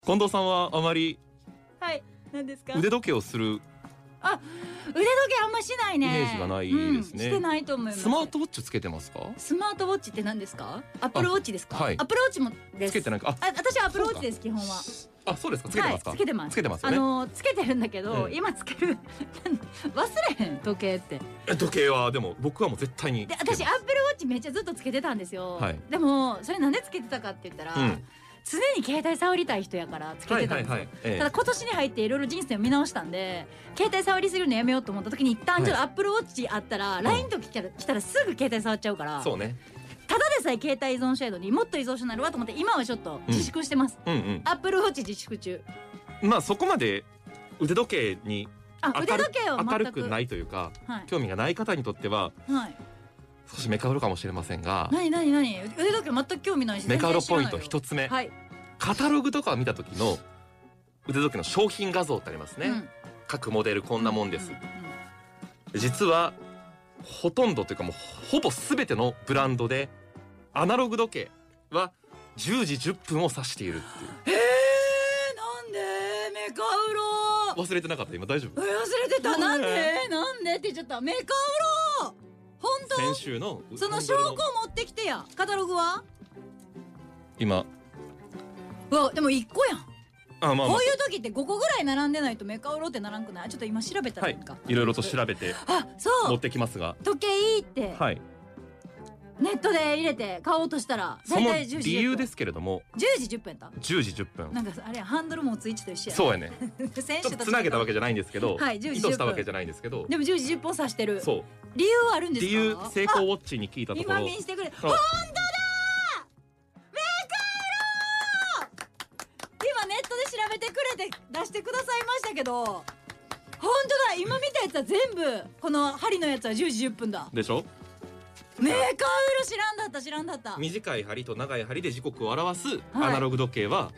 近藤さんはあまりはい、何ですか？ 腕時計をする腕時計あんましないね。 イメージがないですね。 してないと思います。 スマートウォッチつけてますか？ スマートウォッチって何ですか？アップルウォッチですか？ はい、 アップルウォッチもです。 つけてないか。 私はアップルウォッチです基本は。 あ、そうですか。つけてますか？ はい、つけてます。 つけてますよね。 つけてるんだけど、今つける忘れへん時計って。 時計はでも僕はもう絶対に。 で、私アップルウォッチめっちゃずっとつけてたんですよ。 はい、 でもそれなんでつけてたかって言ったら、常に携帯触りたい人やからつけてたんですよ。ただ今年に入っていろいろ人生を見直したんで、携帯触りすぎるのやめようと思った時に一旦ちょっとアップルウォッチあったら LINE とか来たらすぐ携帯触っちゃうから。 そうね。 ただでさえ携帯依存シェードにもっと依存症になるわと思って今はちょっと自粛してます。アップルウォッチ自粛中。 まあそこまで腕時計に腕時計を明るくないというか、興味がない方にとっては少しメカウロかもしれませんが。 何腕時計全く興味ないし。 メカウロポイント一つ目、カタログとかを見た時の腕時計の商品画像ってありますね。各モデルこんなもんです。実はほとんどというかもうほぼ全てのブランドでアナログ時計は10時10分を指しているっていう。 なんでメカウロ忘れてなかった？今大丈夫？ 忘れてた。なんでって言っちゃった。メカウロ本当？ 先週のその証拠を持ってきてや。カタログは今でも1個やん。 こういう時って5個ぐらい並んでないとメカウロってならんくない？ちょっと今調べたらいいか。 いろいろと調べて持ってきますが、 時計いいってネットで入れて買おうとしたらその理由ですけれども、 10時10分やった。 10時10分。 なんかあれハンドル持つ位置と一緒や。 そうやね。 ちょっとつなげたわけじゃないんですけど、意図したわけじゃないんですけど、 でも10時10分指してる。 そう。 理由はあるんですか？ 理由、セイコーウォッチに聞いたところ。 今見してくれ。本当だ。メカウロ。今ネットで調べてくれて出してくださいましたけど、本当だ。今見たやつは全部この針のやつは10時10分だ。 でしょ？ メカウロ知らんだった。 短い針と長い針で時刻を表すアナログ時計は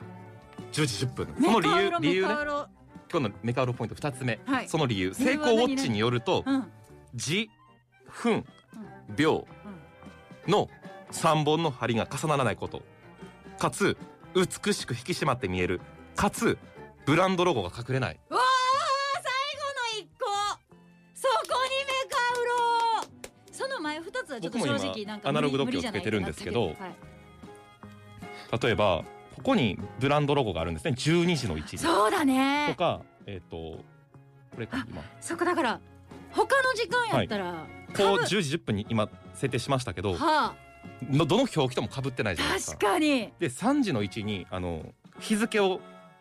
10時10分。その理由ね。今日のメカウロポイント2つ目。その理由、セイコーウォッチによると時、分、秒の3本の針が重ならないこと、かつ美しく引き締まって見える、かつブランドロゴが隠れない。 わあ、最後の1個。そこにメカウロ。その前2つはちょっと正直なんかアナログ時計をつけてるんですけど、例えばここにブランドロゴがあるんですね。12時の1時。 そうだね。 とかこれか今。 そこだから他の時間やったらこう10時10分に今設定しましたけど、どの表記とも被ってないじゃないですか。 確かに。 で3時の1に日付を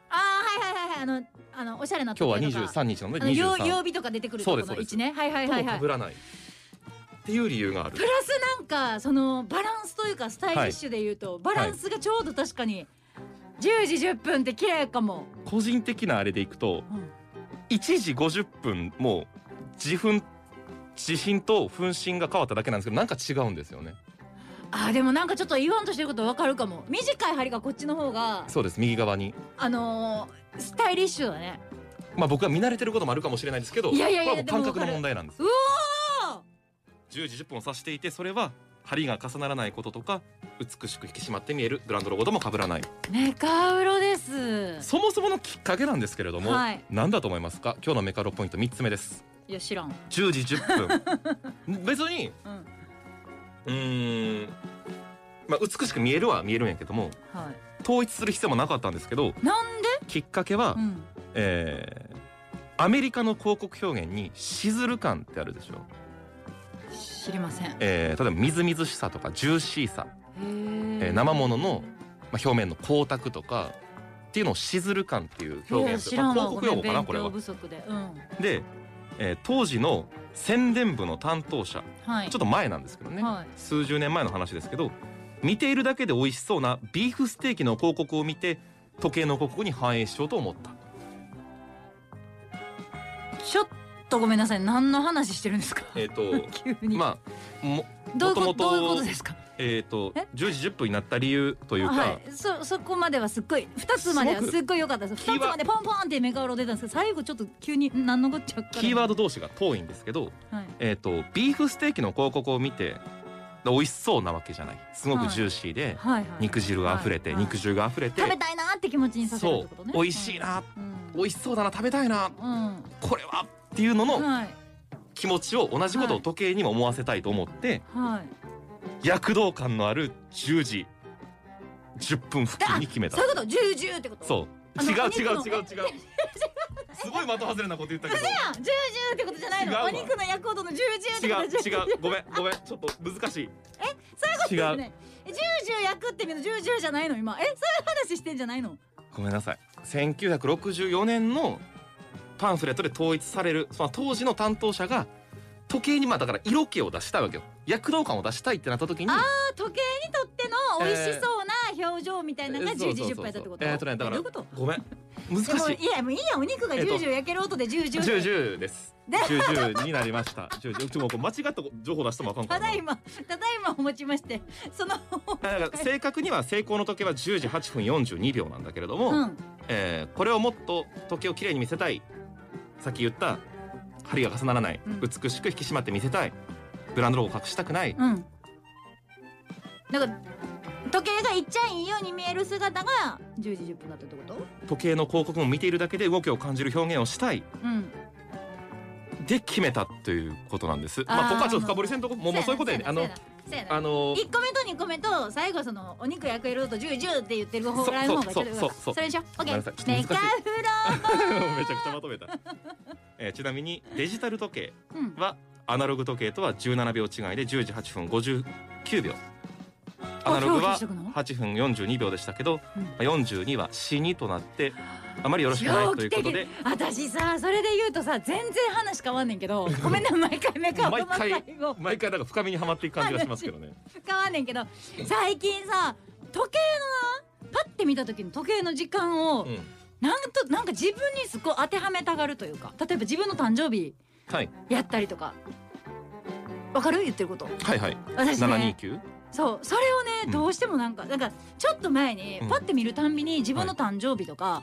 おしゃれな今日は23日なので23、 曜日とか出てくるとこの位置ね。 と被らないっていう理由がある。 プラスなんかそのバランスというかスタイリッシュでいうとバランスがちょうど確かに10時10分って綺麗かも。 個人的なあれでいくと1時50分も自身と分針が変わっただけなんですけど、なんか違うんですよね。 でもなんかちょっと言わんとしてること分かるかも。短い針がこっちの方が。そうです、右側にスタイリッシュだね。 まあ僕は見慣れてることもあるかもしれないですけど、これはもう感覚の問題なんです。 うわ 10時10分を指していて、それは針が重ならないこととか美しく引き締まって見えるブランドロゴとも被らないメカウロです。 そもそものきっかけなんですけれども、何だと思いますか？今日のメカウロポイント3つ目です。 いや知らん。 10時10分別にまあ美しく見えるは見えるんやけども、統一する必要もなかったんですけど、 なんで？ きっかけは、アメリカの広告表現にシズル感ってあるでしょ。 知りません。 例えばみずみずしさとかジューシーさ、生物の表面の光沢とかっていうのをシズル感っていう表現する、広告用語かなこれは。で、当時の宣伝部の担当者、ちょっと前なんですけどね、数十年前の話ですけど、見ているだけで美味しそうなビーフステーキの広告を見て時計の広告に反映しようと思った。 ちょっとごめんなさい、何の話してるんですか？急に。 まあもともとどういうことですか？10時10分になった理由というか、 そこまではすっごい2つまではすっごい良かったです。2つまでポンポンってメカウロ出たんですけど、最後ちょっと急に何のこっちゃから。 キーワード同士が遠いんですけど、ビーフステーキの広告を見て美味しそうなわけじゃない。すごくジューシーで肉汁が溢れて肉汁が溢れて食べたいなって気持ちにさせるってことね。 そう美味しいな、美味しそうだな、食べたいな、これはっていうのの気持ちを同じことを時計にも思わせたいと思って、躍動感のある10時10分付近に決めた。 そういうこと、10ってこと。 そう違うすごい的外れなこと言ったけど。 10ってことじゃないの。お肉の焼くほどの10ってこと違うごめんちょっと難しい。 そういうことですね。10焼くって意味の10じゃないの今。そういう話してんじゃないの。 ごめんなさい。1964年のパンフレットで統一されるその当時の担当者が時計にだから色気を出したいわけよ。躍動感を出したいってなった時に、 時計にとっての美味しそうな表情みたいなのが10時10分やったってこと。 だからごめん難しい。 いやもういいや、お肉が10焼ける音で10です。 10になりました。10間違った情報出してもあかんからな。 ただいまをもちましてその正確には成功の時計は10時8分42秒なんだけれども、これをもっと時計をきれいに見せたい、さっき言った針が重ならない、美しく引き締まって見せたい、ブランドロゴを隠したくない、 なんか時計がいっちゃいいように見える姿が10時10分だったってこと。 時計の広告も見ているだけで動きを感じる表現をしたい、で決めたということなんです。ここはちょっと深掘りせんとこ、もうそういうことやね。1 個目と2個目と最後そのお肉焼けると10って言ってる方がちょっとそれでしょ。オッケー。メカフロめちゃくちゃまとめた。ちなみにデジタル時計はアナログ時計とは17秒違いで10時8分59秒。アナログは8分42秒でしたけど、42は死にとなってあまりよろしくないということで。 私さ、それで言うとさ、全然話変わんねんけど、ごめんな、毎回なんか深みにはまっていく感じがしますけどね。 変わんねんけど、最近さ、時計のな、パッて見た時の時計の時間をなんか自分にすごい当てはめたがるというか、例えば自分の誕生日やったりとか、わかる言ってること。 はいはい。私ね、729。 そう、それをね、どうしてもなんかちょっと前にパッて見るたんびに自分の誕生日とか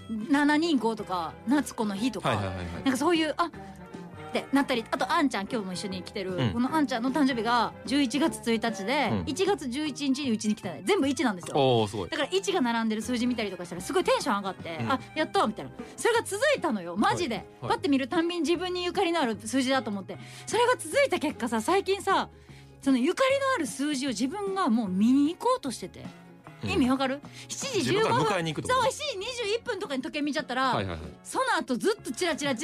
725とか夏子の日とかなんかそういうってなったり、あとあんちゃん今日も一緒に来てるこのあんちゃんの誕生日が11月1日で1月11日にうちに来たね。全部1なんですよ。だから1が並んでる数字見たりとかしたらすごいテンション上がってやったみたいな、それが続いたのよマジで。パッて見るたんびに自分にゆかりのある数字だと思って、それが続いた結果さ、最近さそのゆかりのある数字を自分がもう見に行こうとしてて、意味わかる？7時15分、そう7時21分とかに時計見ちゃったら、その後ずっとチラチラ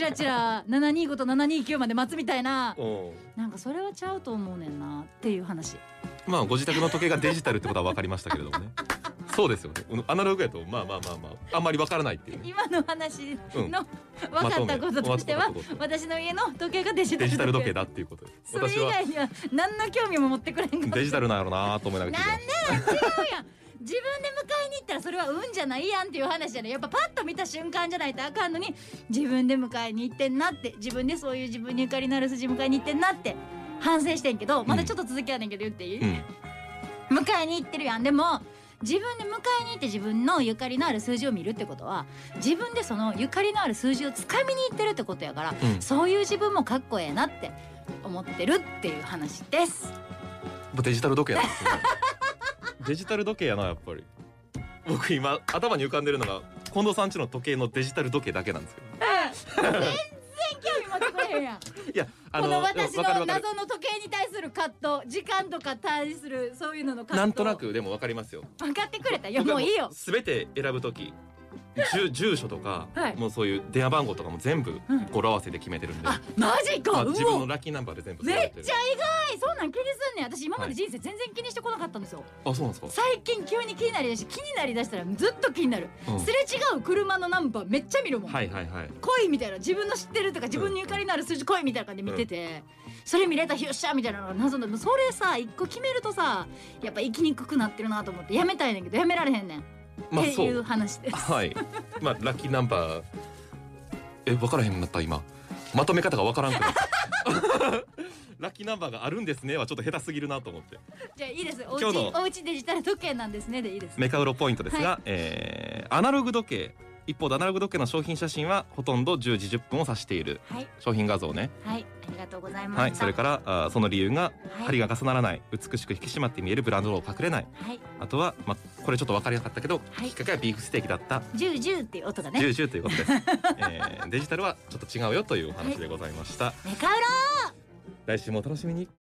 725と729まで待つみたいな、なんかそれはちゃうと思うねんなっていう話。 まあご自宅の時計がデジタルってことは分かりましたけれどもね。そうですよね。アナログやとまああんまり分からないっていう。 今の話の分かったこととしては、私の家の時計がデジタル時計だっていうことです。 それ以外には何の興味も持ってくれんかった。 デジタルなんやろなと思いながら。 なんで違うやん。自分で迎えに行ったらそれは運じゃないやんっていう話じゃない。やっぱパッと見た瞬間じゃないとあかんのに、自分で迎えに行ってんなって、自分でそういう自分にゆかりのある筋迎えに行ってんなって反省してんけど、まだちょっと続きやねんけど言っていい？迎えに行ってるやん。でも自分で迎えに行って自分のゆかりのある数字を見るってことは、自分でそのゆかりのある数字をつかみに行ってるってことやから、そういう自分もかっこええなって思ってるっていう話です。 デジタル時計なんですね。デジタル時計やな、やっぱり。僕今頭に浮かんでるのが近藤さんちの時計のデジタル時計だけなんですけど。全然興味持ってくれへんやん。いやこの私の謎の時計に対する葛藤、時間とか対するそういうのの葛藤、 なんとなくでも分かりますよ。 分かってくれた。いやもういいよ。 全て選ぶ時住所とか、もうそういう電話番号とかも全部語呂合わせで決めてるんで。 あ、マジか。 自分のラッキーナンバーで全部。めっちゃ意外。そんなん気にすんねん。私今まで人生全然気にしてこなかったんですよ。 あ、そうなんですか。 最近急に気になりだし、気になりだしたらずっと気になる。すれ違う車のナンバーめっちゃ見るもん。恋みたいな、自分の知ってるとか自分にゆかりのある数字恋みたいな感じで見てて、それ見れたよっしゃみたいなのが謎で、それさ一個決めるとさ、やっぱ生きにくくなってるなと思ってやめたいねんけどやめられへんねん。っていう話です。 はい。まあラッキーナンバー分からへんなった。今まとめ方が分からんくなった。ラッキーナンバーがあるんですねはちょっと下手すぎるなと思って。 じゃあいいです。おうちデジタル時計なんですねでいいです。 メカウロポイントですが、アナログ時計一方でアナログ時計の商品写真はほとんど10時10分を指している、はい、商品画像ね。 はい、ありがとうございました。 はい、それからその理由が、針が重ならない、美しく引き締まって見えるブランドロゴを隠れない、はい、あとは、これちょっと分かりなかったけど、きっかけはビーフステーキだった。 ジュージューっていう音がね。 ジュージューということです、デジタルはちょっと違うよというお話でございました。 メカウロー、 来週もお楽しみに。